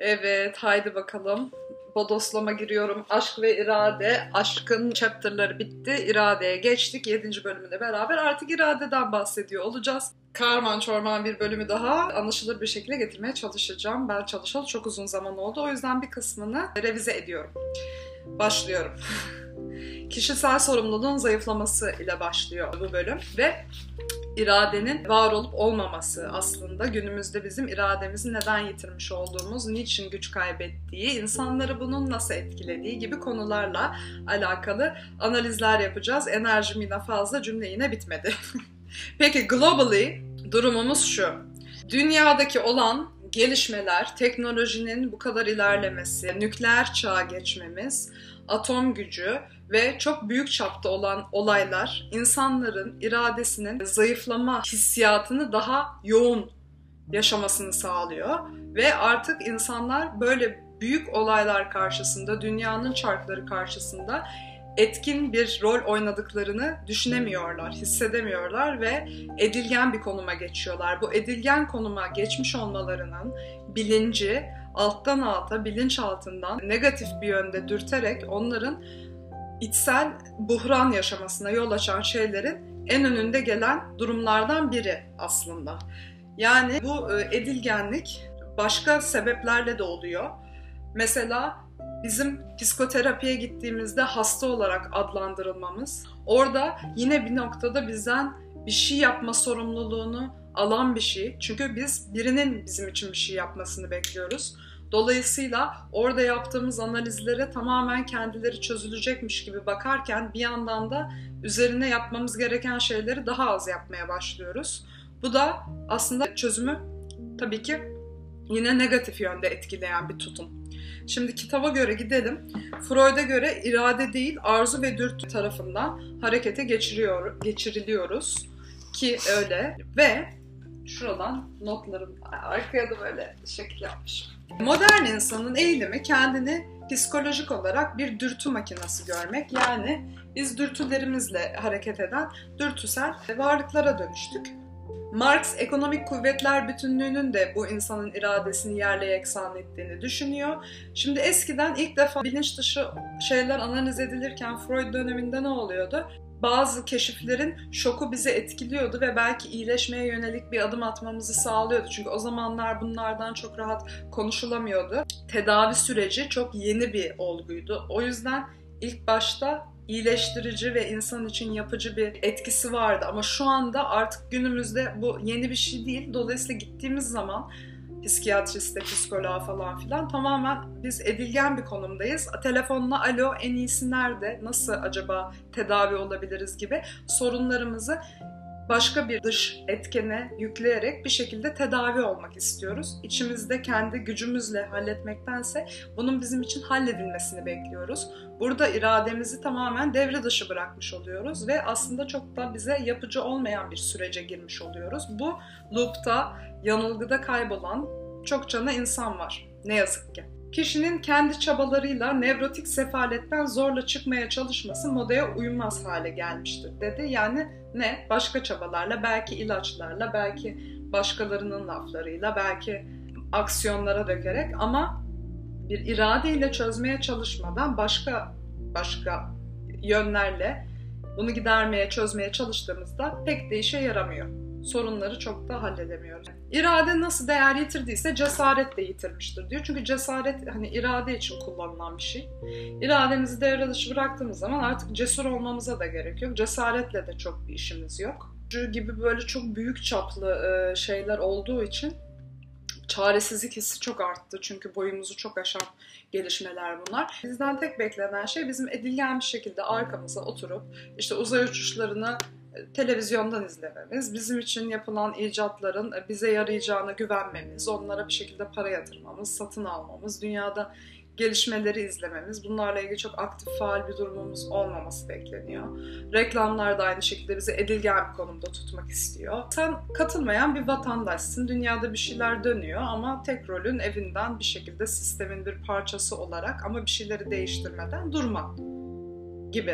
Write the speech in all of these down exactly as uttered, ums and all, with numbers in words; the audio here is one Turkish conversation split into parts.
Evet, haydi bakalım. Bodoslama giriyorum. Aşk ve irade. Aşkın chapter'ları bitti. İradeye geçtik. Yedinci bölümüyle beraber artık iradeden bahsediyor olacağız. Karman çorman bir bölümü daha anlaşılır bir şekilde getirmeye çalışacağım. Ben çalışalı çok uzun zaman oldu. O yüzden bir kısmını revize ediyorum. Başlıyorum. Kişisel sorumluluğun zayıflaması ile başlıyor bu bölüm ve iradenin var olup olmaması aslında günümüzde bizim irademizi neden yitirmiş olduğumuz, niçin güç kaybettiği, insanları bunun nasıl etkilediği gibi konularla alakalı analizler yapacağız. Enerjim yine fazla, cümle yine bitmedi. Peki globally durumumuz şu. Dünyadaki olan gelişmeler, teknolojinin bu kadar ilerlemesi, nükleer çağa geçmemiz, atom gücü ve çok büyük çapta olan olaylar insanların iradesinin zayıflama hissiyatını daha yoğun yaşamasını sağlıyor. Ve artık insanlar böyle büyük olaylar karşısında, dünyanın çarkları karşısında etkin bir rol oynadıklarını düşünemiyorlar, hissedemiyorlar ve edilgen bir konuma geçiyorlar. Bu edilgen konuma geçmiş olmalarının bilinci alttan alta, bilinçaltından negatif bir yönde dürterek onların içsel buhran yaşamasına yol açan şeylerin en önünde gelen durumlardan biri aslında. Yani bu edilgenlik başka sebeplerle de oluyor. Mesela bizim psikoterapiye gittiğimizde hasta olarak adlandırılmamız, orada yine bir noktada bizden bir şey yapma sorumluluğunu alan bir şey. Çünkü biz birinin bizim için bir şey yapmasını bekliyoruz. Dolayısıyla orada yaptığımız analizlere tamamen kendileri çözülecekmiş gibi bakarken bir yandan da üzerine yapmamız gereken şeyleri daha az yapmaya başlıyoruz. Bu da aslında çözümü tabii ki yine negatif yönde etkileyen bir tutum. Şimdi kitaba göre gidelim. Freud'a göre irade değil, arzu ve dürtü tarafından harekete geçiriyor, geçiriliyoruz ki öyle. Ve şuradan notlarım arkaya da böyle şekil yapmışım. Modern insanın eğilimi kendini psikolojik olarak bir dürtü makinesi görmek. Yani biz dürtülerimizle hareket eden dürtüsel varlıklara dönüştük. Marx ekonomik kuvvetler bütünlüğünün de bu insanın iradesini yerle yeksan ettiğini düşünüyor. Şimdi eskiden ilk defa bilinç dışı şeyler analiz edilirken Freud döneminde ne oluyordu? Bazı keşiflerin şoku bizi etkiliyordu ve belki iyileşmeye yönelik bir adım atmamızı sağlıyordu. Çünkü o zamanlar bunlardan çok rahat konuşulamıyordu. Tedavi süreci çok yeni bir olguydu. O yüzden ilk başta iyileştirici ve insan için yapıcı bir etkisi vardı. Ama şu anda artık günümüzde bu yeni bir şey değil. Dolayısıyla gittiğimiz zaman psikiyatriste, psikoloğa falan filan tamamen biz edilgen bir konumdayız. Telefonla alo en iyisi nerede, nasıl acaba tedavi olabiliriz gibi sorunlarımızı başka bir dış etkene yükleyerek bir şekilde tedavi olmak istiyoruz. İçimizde kendi gücümüzle halletmektense bunun bizim için halledilmesini bekliyoruz. Burada irademizi tamamen devre dışı bırakmış oluyoruz ve aslında çok da bize yapıcı olmayan bir sürece girmiş oluyoruz. Bu loop'ta, yanılgıda kaybolan çokça insan var. Ne yazık ki. Kişinin kendi çabalarıyla nevrotik sefaletten zorla çıkmaya çalışması modaya uymaz hale gelmiştir dedi. Yani ne? Başka çabalarla, belki ilaçlarla, belki başkalarının laflarıyla, belki aksiyonlara dökerek ama bir iradeyle çözmeye çalışmadan başka başka yönlerle bunu gidermeye, çözmeye çalıştığımızda pek de işe yaramıyor. Sorunları çok da halledemiyoruz. İrade nasıl değer yitirdiyse cesaret de yitirmiştir diyor. Çünkü cesaret hani irade için kullanılan bir şey. İrademizi devre dışı bıraktığımız zaman artık cesur olmamıza da gerek yok. Cesaretle de çok bir işimiz yok. Şu gibi böyle çok büyük çaplı şeyler olduğu için çaresizlik hissi çok arttı. Çünkü boyumuzu çok aşan gelişmeler bunlar. Bizden tek beklenen şey bizim edilgen bir şekilde arkamıza oturup işte uzay uçuşlarını televizyondan izlememiz, bizim için yapılan icatların bize yarayacağına güvenmemiz, onlara bir şekilde para yatırmamız, satın almamız, dünyada gelişmeleri izlememiz, bunlarla ilgili çok aktif, faal bir durumumuz olmaması bekleniyor. Reklamlar da aynı şekilde bizi edilgen bir konumda tutmak istiyor. Sen katılmayan bir vatandaşsın, dünyada bir şeyler dönüyor ama tek rolün evinden bir şekilde sistemin bir parçası olarak ama bir şeyleri değiştirmeden durma gibi.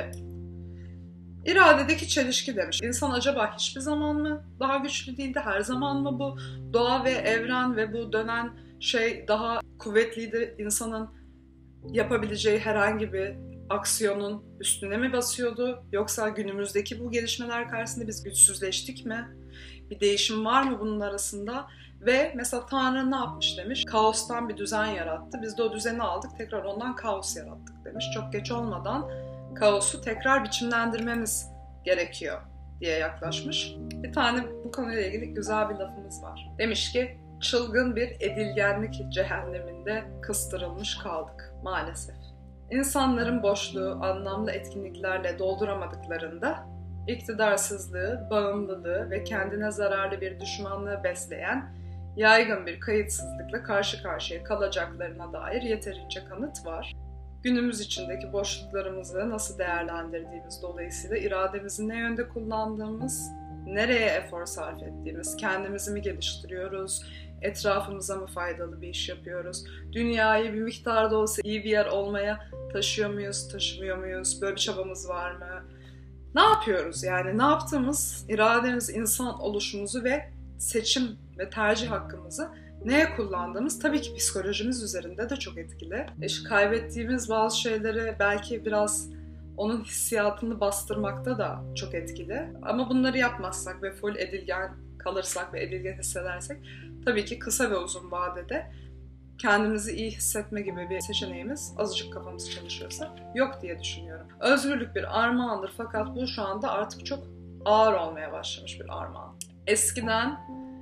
İradedeki çelişki demiş. İnsan acaba hiçbir zaman mı daha güçlü değildi? Her zaman mı bu doğa ve evren ve bu dönen şey daha kuvvetliydi, insanın yapabileceği herhangi bir aksiyonun üstüne mi basıyordu? Yoksa günümüzdeki bu gelişmeler karşısında biz güçsüzleştik mi? Bir değişim var mı bunun arasında? Ve mesela Tanrı ne yapmış demiş? Kaostan bir düzen yarattı. Biz de o düzeni aldık, tekrar ondan kaos yarattık demiş. Çok geç olmadan kaosu tekrar biçimlendirmemiz gerekiyor diye yaklaşmış. Bir tane bu konuyla ilgili güzel bir lafımız var. Demiş ki, çılgın bir edilgenlik cehenneminde kıstırılmış kaldık maalesef. İnsanların boşluğu anlamlı etkinliklerle dolduramadıklarında iktidarsızlığı, bağımlılığı ve kendine zararlı bir düşmanlığı besleyen yaygın bir kayıtsızlıkla karşı karşıya kalacaklarına dair yeterince kanıt var. Günümüz içindeki boşluklarımızı nasıl değerlendirdiğimiz dolayısıyla irademizi ne yönde kullandığımız, nereye efor sarf ettiğimiz, kendimizi mi geliştiriyoruz, etrafımıza mı faydalı bir iş yapıyoruz, dünyayı bir miktarda olsa iyi bir yer olmaya taşıyor muyuz, taşımıyor muyuz, böyle bir çabamız var mı? Ne yapıyoruz yani? Ne yaptığımız, irademiz, insan oluşumuzu ve seçim ve tercih hakkımızı neye kullandığımız tabii ki psikolojimiz üzerinde de çok etkili. İşte kaybettiğimiz bazı şeyleri belki biraz onun hissiyatını bastırmakta da çok etkili. Ama bunları yapmazsak ve full edilgen kalırsak ve edilgen hissedersek tabii ki kısa ve uzun vadede kendimizi iyi hissetme gibi bir seçeneğimiz azıcık kafamız çalışıyorsa yok diye düşünüyorum. Özgürlük bir armağandır fakat bu şu anda artık çok ağır olmaya başlamış bir armağan. Eskiden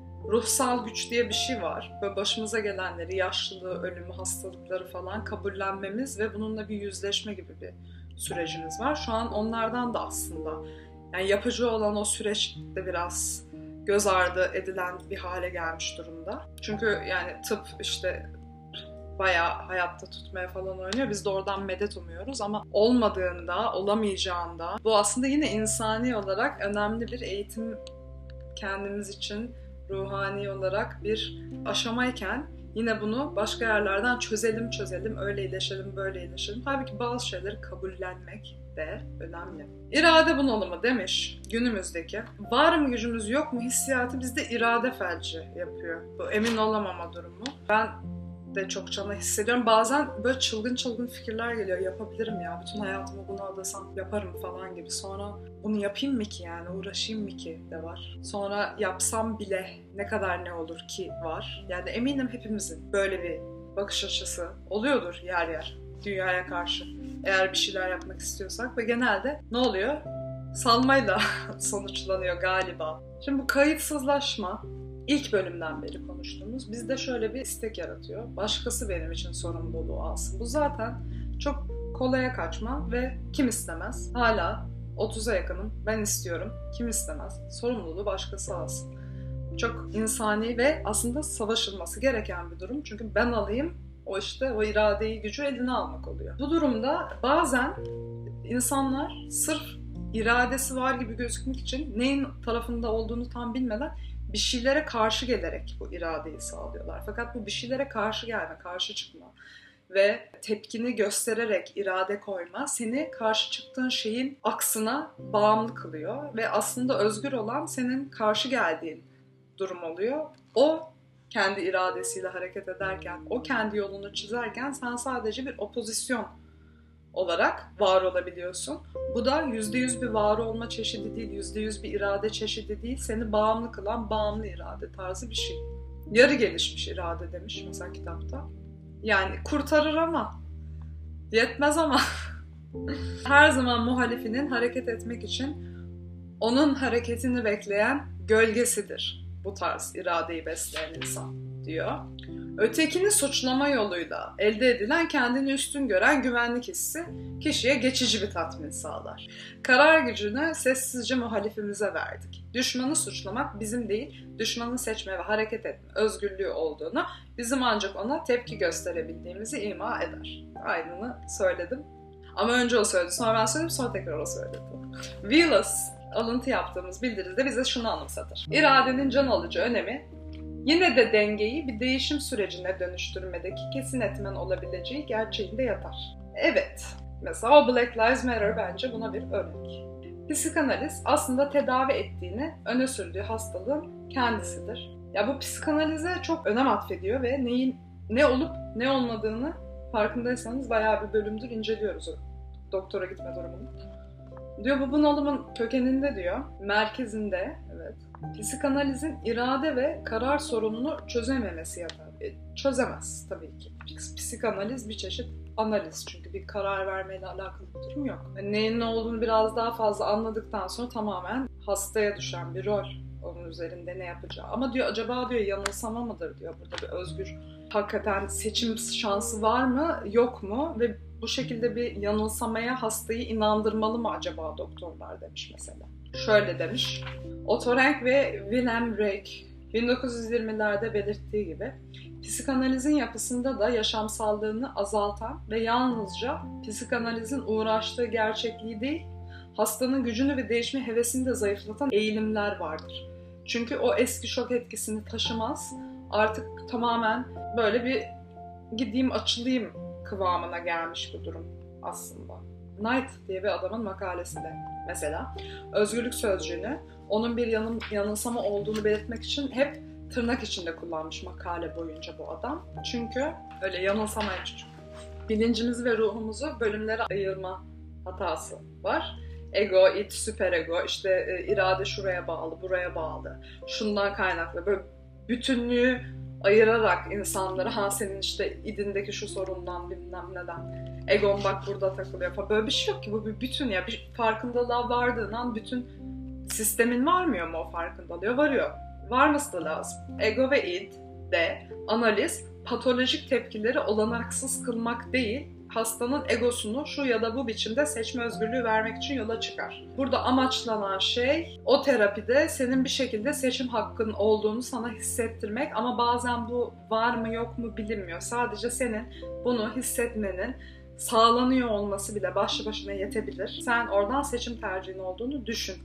ruhsal güç diye bir şey var. Böyle başımıza gelenleri, yaşlılığı, ölümü, hastalıkları falan kabullenmemiz ve bununla bir yüzleşme gibi bir sürecimiz var. Şu an onlardan da aslında yani yapıcı olan o süreç de biraz göz ardı edilen bir hale gelmiş durumda. Çünkü yani tıp işte bayağı hayatta tutmaya falan oynuyor. Biz de oradan medet umuyoruz ama olmadığında, olamayacağında bu aslında yine insani olarak önemli bir eğitim kendimiz için ruhani olarak bir aşamayken yine bunu başka yerlerden çözelim çözelim, öyle iyileşelim, böyle iyileşelim. Halbuki bazı şeyleri kabullenmek de önemli. İrade bunalımı demiş günümüzdeki. Var mı gücümüz yok mu hissiyatı bizde irade felci yapıyor. Bu emin olamama durumu. Ben de çok çana hissediyorum. Bazen böyle çılgın çılgın fikirler geliyor. Yapabilirim ya. Bütün hayatımı buna adasam yaparım falan gibi. Sonra bunu yapayım mı ki yani? Uğraşayım mı ki de var. Sonra yapsam bile ne kadar ne olur ki var. Yani eminim hepimizin böyle bir bakış açısı oluyordur yer yer dünyaya karşı. Eğer bir şeyler yapmak istiyorsak ve genelde ne oluyor? Salmayla sonuçlanıyor galiba. Şimdi bu kayıtsızlaşma İlk bölümden beri konuştuğumuz bizde şöyle bir istek yaratıyor. Başkası benim için sorumluluğu alsın. Bu zaten çok kolaya kaçma ve kim istemez? Hala otuza yakınım, ben istiyorum. Kim istemez? Sorumluluğu başkası alsın. Çok insani ve aslında savaşılması gereken bir durum. Çünkü ben alayım, o işte o iradeyi, gücü eline almak oluyor. Bu durumda bazen insanlar sırf iradesi var gibi gözükmek için neyin tarafında olduğunu tam bilmeden bir şeylere karşı gelerek bu iradeyi sağlıyorlar. Fakat bu bir şeylere karşı gelme, karşı çıkma ve tepkini göstererek irade koyma seni karşı çıktığın şeyin aksına bağımlı kılıyor ve aslında özgür olan senin karşı geldiğin durum oluyor. O kendi iradesiyle hareket ederken, o kendi yolunu çizerken sen sadece bir opozisyon olarak var olabiliyorsun. Bu da yüzde yüz bir var olma çeşidi değil, yüzde yüz bir irade çeşidi değil, seni bağımlı kılan bağımlı irade tarzı bir şey. Yarı gelişmiş irade demiş mesela kitapta. Yani kurtarır ama yetmez ama her zaman muhalifinin hareket etmek için onun hareketini bekleyen gölgesidir bu tarz iradeyi besleyen insan diyor. Ötekini suçlama yoluyla elde edilen kendini üstün gören güvenlik hissi kişiye geçici bir tatmin sağlar. Karar gücünü sessizce muhalifimize verdik. Düşmanı suçlamak bizim değil, düşmanı seçme ve hareket etme özgürlüğü olduğunu, bizim ancak ona tepki gösterebildiğimizi ima eder. Aynını söyledim. Ama önce o söyledi, sonra ben söyledim, sonra tekrar o söyledi. Willis, alıntı yaptığımız bildiride bize şunu anımsatır. İradenin can alıcı önemi, yine de dengeyi bir değişim sürecine dönüştürmedeki kesin etmen olabileceği gerçeğinde yatar. Evet, mesela o Black Lives Matter bence buna bir örnek. Psikanaliz aslında tedavi ettiğini öne sürdüğü hastalığın kendisidir. Ya bu psikanalize çok önem atfediyor ve neyin ne olup ne olmadığını farkındaysanız bayağı bir bölümdür inceliyoruz o doktora gitme durumunu. Diyor bu bunalımın kökeninde diyor, merkezinde evet, psikanalizin irade ve karar sorununu çözememesi yatar. E, çözemez tabii ki. Psikanaliz bir çeşit analiz çünkü bir karar vermeyle alakalı bir durum yok. Yani neyin ne olduğunu biraz daha fazla anladıktan sonra tamamen hastaya düşen bir rol onun üzerinde ne yapacağı. Ama diyor acaba diyor yanılsama mıdır diyor, burada bir özgür hakikaten seçim şansı var mı yok mu ve bu şekilde bir yanılsamaya hastayı inandırmalı mı acaba doktorlar demiş mesela. Şöyle demiş, Otto Rank ve Wilhelm Reich bin dokuz yüz yirmilerde belirttiği gibi psikanalizin yapısında da yaşamsallığını azaltan ve yalnızca psikanalizin uğraştığı gerçekliği değil, hastanın gücünü ve değişme hevesini de zayıflatan eğilimler vardır. Çünkü o eski şok etkisini taşımaz, artık tamamen böyle bir gideyim açılayım kıvamına gelmiş bu durum aslında. Knight diye bir adamın makalesinde mesela özgürlük sözcüğünü onun bir yanım, yanılsama olduğunu belirtmek için hep tırnak içinde kullanmış makale boyunca bu adam. Çünkü öyle yanılsamaymış çünkü. Bilincimizi ve ruhumuzu bölümlere ayırma hatası var. Ego, id, süperego, işte e, irade şuraya bağlı, buraya bağlı. Şundan kaynaklı. Böyle bütünlüğü ayırarak insanları, ha senin işte idindeki şu sorundan bilmem neden. Egon bak burada takılıyor falan. Böyle bir şey yok ki. Bu bir bütün ya. Bir farkındalığa vardığın an bütün sistemin varmıyor mu o farkındalığa? Varıyor. Varması da lazım. Ego ve id de analiz patolojik tepkileri olanaksız kılmak değil, hastanın egosunu şu ya da bu biçimde seçme özgürlüğü vermek için yola çıkar. Burada amaçlanan şey o terapide senin bir şekilde seçim hakkın olduğunu sana hissettirmek ama bazen bu var mı yok mu bilinmiyor. Sadece senin bunu hissetmenin sağlanıyor olması bile başlı başına yetebilir. Sen oradan seçim tercihin olduğunu düşün.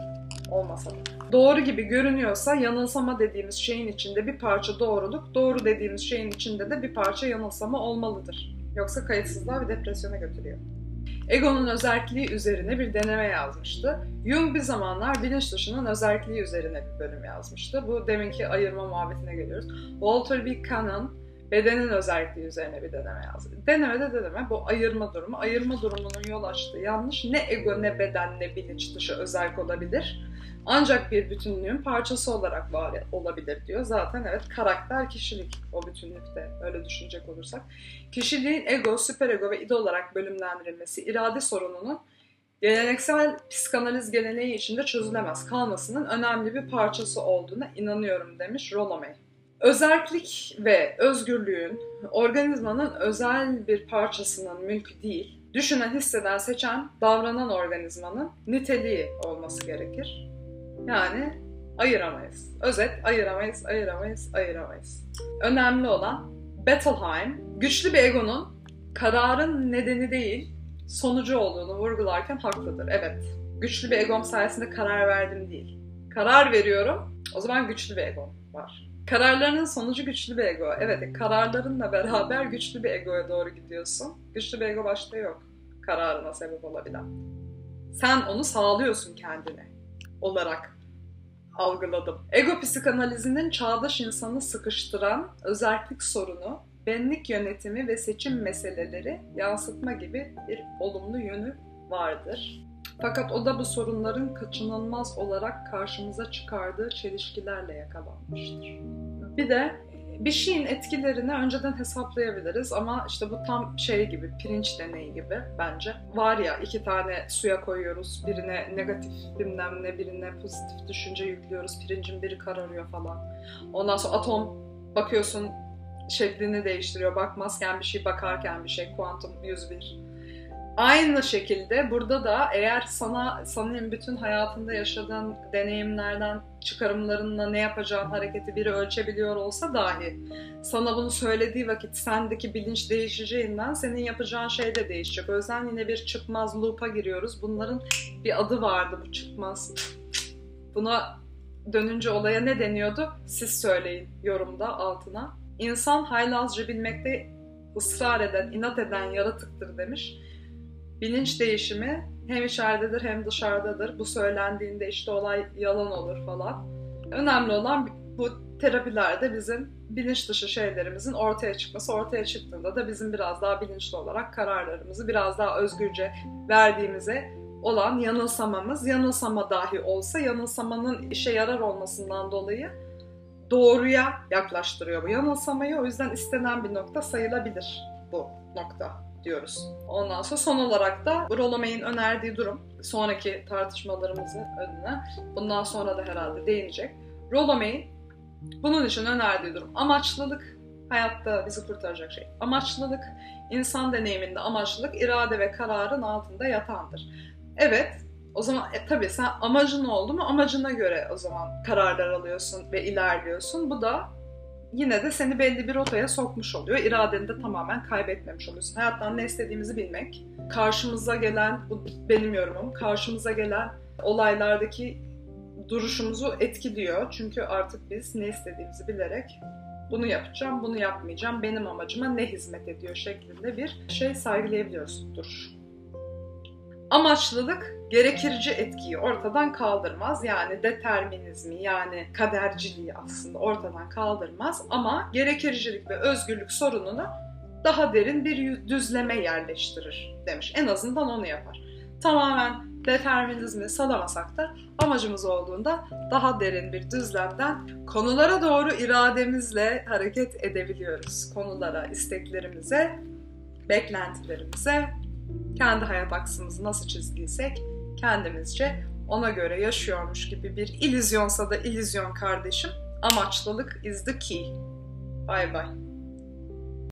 Olmasa da. Doğru gibi görünüyorsa yanılsama dediğimiz şeyin içinde bir parça doğruluk, doğru dediğimiz şeyin içinde de bir parça yanılsama olmalıdır. Yoksa kayıtsızlığa ve depresyona götürüyor. Egonun özelliği üzerine bir deneme yazmıştı. Jung bir zamanlar bilinç dışının özelliği üzerine bir bölüm yazmıştı. Bu deminki ayırma muhabbetine geliyoruz. Walter B. Cannon bedenin özelliği üzerine bir deneme yazdı. Denemede deneme bu ayırma durumu. Ayırma durumunun yol açtığı yanlış. Ne ego ne beden ne bilinç dışı özellik olabilir. Ancak bir bütünlüğün parçası olarak var olabilir diyor. Zaten evet karakter, kişilik o bütünlükte öyle düşünecek olursak. Kişiliğin ego, süperego ve id olarak bölümlendirilmesi irade sorununun geleneksel psikanaliz geleneği içinde çözülemez kalmasının önemli bir parçası olduğuna inanıyorum demiş Rollo May. Özerklik ve özgürlüğün organizmanın özel bir parçasının mülkü değil, düşünen, hisseden, seçen, davranan organizmanın niteliği olması gerekir. Yani ayıramayız. Özet, ayıramayız, ayıramayız, ayıramayız. Önemli olan Bettelheim, güçlü bir egonun kararın nedeni değil, sonucu olduğunu vurgularken haklıdır. Evet, güçlü bir egom sayesinde karar verdim değil. Karar veriyorum, o zaman güçlü bir egom var. Kararlarının sonucu güçlü bir ego. Evet, kararlarınla beraber güçlü bir egoya doğru gidiyorsun. Güçlü bir ego başta yok. Kararına sebep olabilen. Sen onu sağlıyorsun kendine olarak algıladım. Ego psikanalizinin çağdaş insanı sıkıştıran özellik sorunu, benlik yönetimi ve seçim meseleleri yansıtma gibi bir olumlu yönü vardır. Fakat o da bu sorunların kaçınılmaz olarak karşımıza çıkardığı çelişkilerle yakalanmıştır. Bir de bir şeyin etkilerini önceden hesaplayabiliriz ama işte bu tam şey gibi, pirinç deneyi gibi bence. Var ya iki tane suya koyuyoruz, birine negatif bilmem ne, birine pozitif düşünce yüklüyoruz, pirincin biri kararıyor falan. Ondan sonra atom bakıyorsun şeklini değiştiriyor, bakmazken bir şey, bakarken bir şey, kuantum yüz bir. Aynı şekilde burada da eğer sana senin bütün hayatında yaşadığın deneyimlerden çıkarımlarınla ne yapacağın hareketi biri ölçebiliyor olsa dahi sana bunu söylediği vakit sendeki bilinç değişeceğinden senin yapacağın şey de değişecek. O yüzden yine bir çıkmaz loop'a giriyoruz. Bunların bir adı vardı bu çıkmaz. Buna dönünce olaya ne deniyordu? Siz söyleyin yorumda altına. İnsan haylazca bilmekte ısrar eden, inat eden yaratıktır demiş. Bilinç değişimi hem içeridedir hem dışarıdadır. Bu söylendiğinde işte olay yalan olur falan. Önemli olan bu terapilerde bizim bilinç dışı şeylerimizin ortaya çıkması, ortaya çıktığında da bizim biraz daha bilinçli olarak kararlarımızı biraz daha özgürce verdiğimize olan yanılsamamız, yanılsama dahi olsa yanılsamanın işe yarar olmasından dolayı doğruya yaklaştırıyor bu yanılsamayı. O yüzden istenen bir nokta sayılabilir bu nokta diyoruz. Ondan sonra son olarak da Rollo-May'in önerdiği durum, sonraki tartışmalarımızın önüne bundan sonra da herhalde değinecek. Rollo-May'in bunun için önerdiği durum amaçlılık, hayatta bizi kurtaracak şey amaçlılık, insan deneyiminde amaçlılık irade ve kararın altında yatandır. Evet, o zaman e, tabii sen amacın oldu mu amacına göre o zaman kararlar alıyorsun ve ilerliyorsun. Bu da yine de seni belli bir rotaya sokmuş oluyor. İradeni de tamamen kaybetmemiş oluyorsun. Hayattan ne istediğimizi bilmek, karşımıza gelen, bu benim yorumum, karşımıza gelen olaylardaki duruşumuzu etkiliyor. Çünkü artık biz ne istediğimizi bilerek bunu yapacağım, bunu yapmayacağım, benim amacıma ne hizmet ediyor şeklinde bir şey sergileyebiliyoruz, duruş. Amaçlılık gerekirici etkiyi ortadan kaldırmaz. Yani determinizmi, yani kaderciliği aslında ortadan kaldırmaz. Ama gerekiricilik ve özgürlük sorununu daha derin bir düzleme yerleştirir demiş. En azından onu yapar. Tamamen determinizmi salamasak da amacımız olduğunda daha derin bir düzlemden konulara doğru irademizle hareket edebiliyoruz. Konulara, isteklerimize, beklentilerimize, kendi hayat aksımızı nasıl çizdiysek kendimizce ona göre yaşıyormuş gibi bir illüzyonsa da illüzyon kardeşim. Amaçlılık is the key. Bye bye.